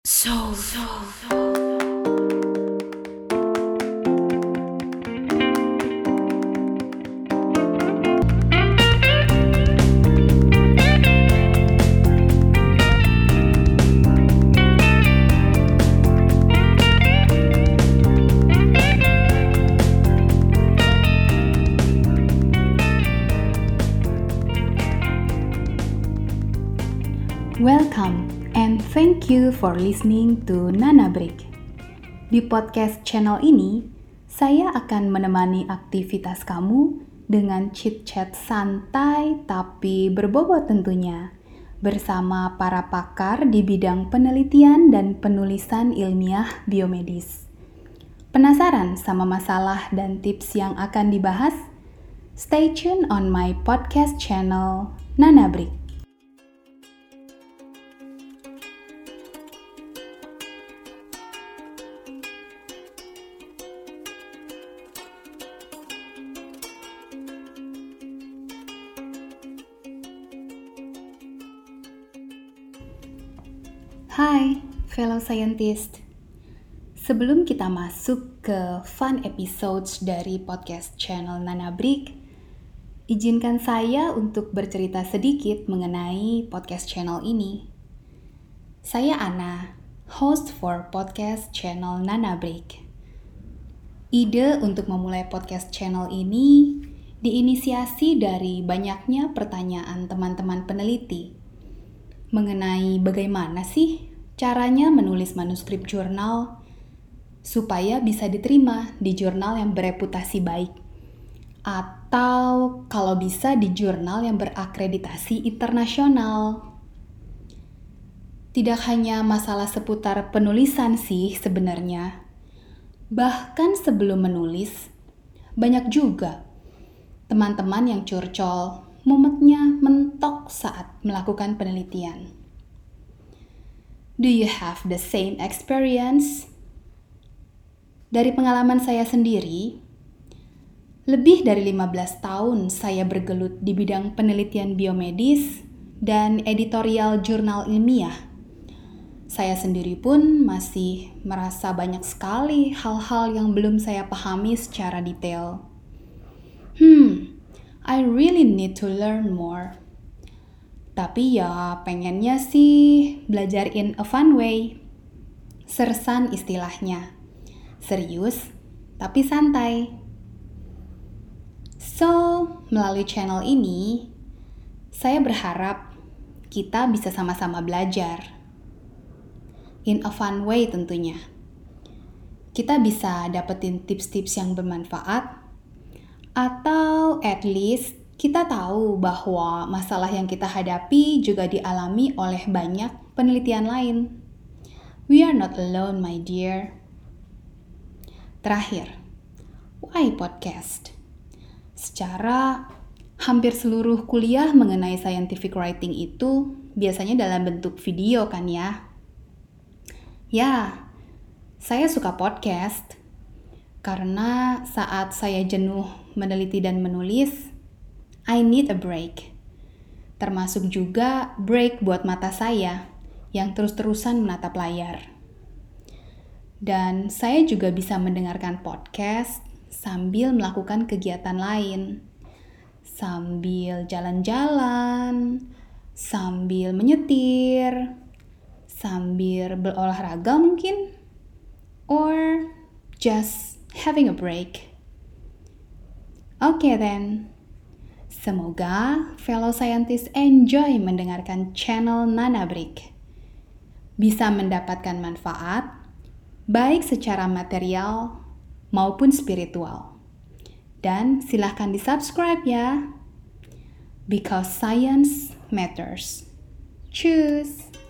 Welcome and thank you for listening to Nana Break. Di podcast channel ini, saya akan menemani aktivitas kamu dengan chit-chat santai tapi berbobot tentunya, bersama para pakar di bidang penelitian dan penulisan ilmiah biomedis. Penasaran sama masalah dan tips yang akan dibahas? Stay tuned on my podcast channel Nana Break. Hai, fellow scientist. Sebelum kita masuk ke fun episodes dari podcast channel Nana Break, izinkan saya untuk bercerita sedikit mengenai podcast channel ini. Saya Ana, host for podcast channel Nana Break. Ide untuk memulai podcast channel ini diinisiasi dari banyaknya pertanyaan teman-teman peneliti mengenai bagaimana sih caranya menulis manuskrip jurnal supaya bisa diterima di jurnal yang bereputasi baik, atau kalau bisa di jurnal yang berakreditasi internasional. Tidak hanya masalah seputar penulisan sih sebenarnya. Bahkan sebelum menulis, banyak juga teman-teman yang curcol, mumetnya mentok saat melakukan penelitian. Do you have the same experience? Dari pengalaman saya sendiri, lebih dari 15 tahun saya bergelut di bidang penelitian biomedis dan editorial jurnal ilmiah. Saya sendiri pun masih merasa banyak sekali hal-hal yang belum saya pahami secara detail. I really need to learn more. Tapi ya pengennya sih belajar in a fun way. Sersan istilahnya. Serius, tapi santai. So, melalui channel ini, saya berharap kita bisa sama-sama belajar. In a fun way tentunya. Kita bisa dapetin tips-tips yang bermanfaat, atau at least kita tahu bahwa masalah yang kita hadapi juga dialami oleh banyak penelitian lain. We are not alone, my dear. Terakhir, why podcast? Secara hampir seluruh kuliah mengenai scientific writing itu biasanya dalam bentuk video kan ya? Ya, saya suka podcast karena saat saya jenuh meneliti dan menulis, I need a break. Termasuk juga break buat mata saya yang terus-terusan menatap layar. Dan saya juga bisa mendengarkan podcast sambil melakukan kegiatan lain. Sambil jalan-jalan, sambil menyetir, sambil berolahraga mungkin, or just having a break. Okay then. Semoga fellow scientists enjoy mendengarkan channel Nana Break. Bisa mendapatkan manfaat, baik secara material maupun spiritual. Dan silahkan di-subscribe ya. Because science matters. Choose.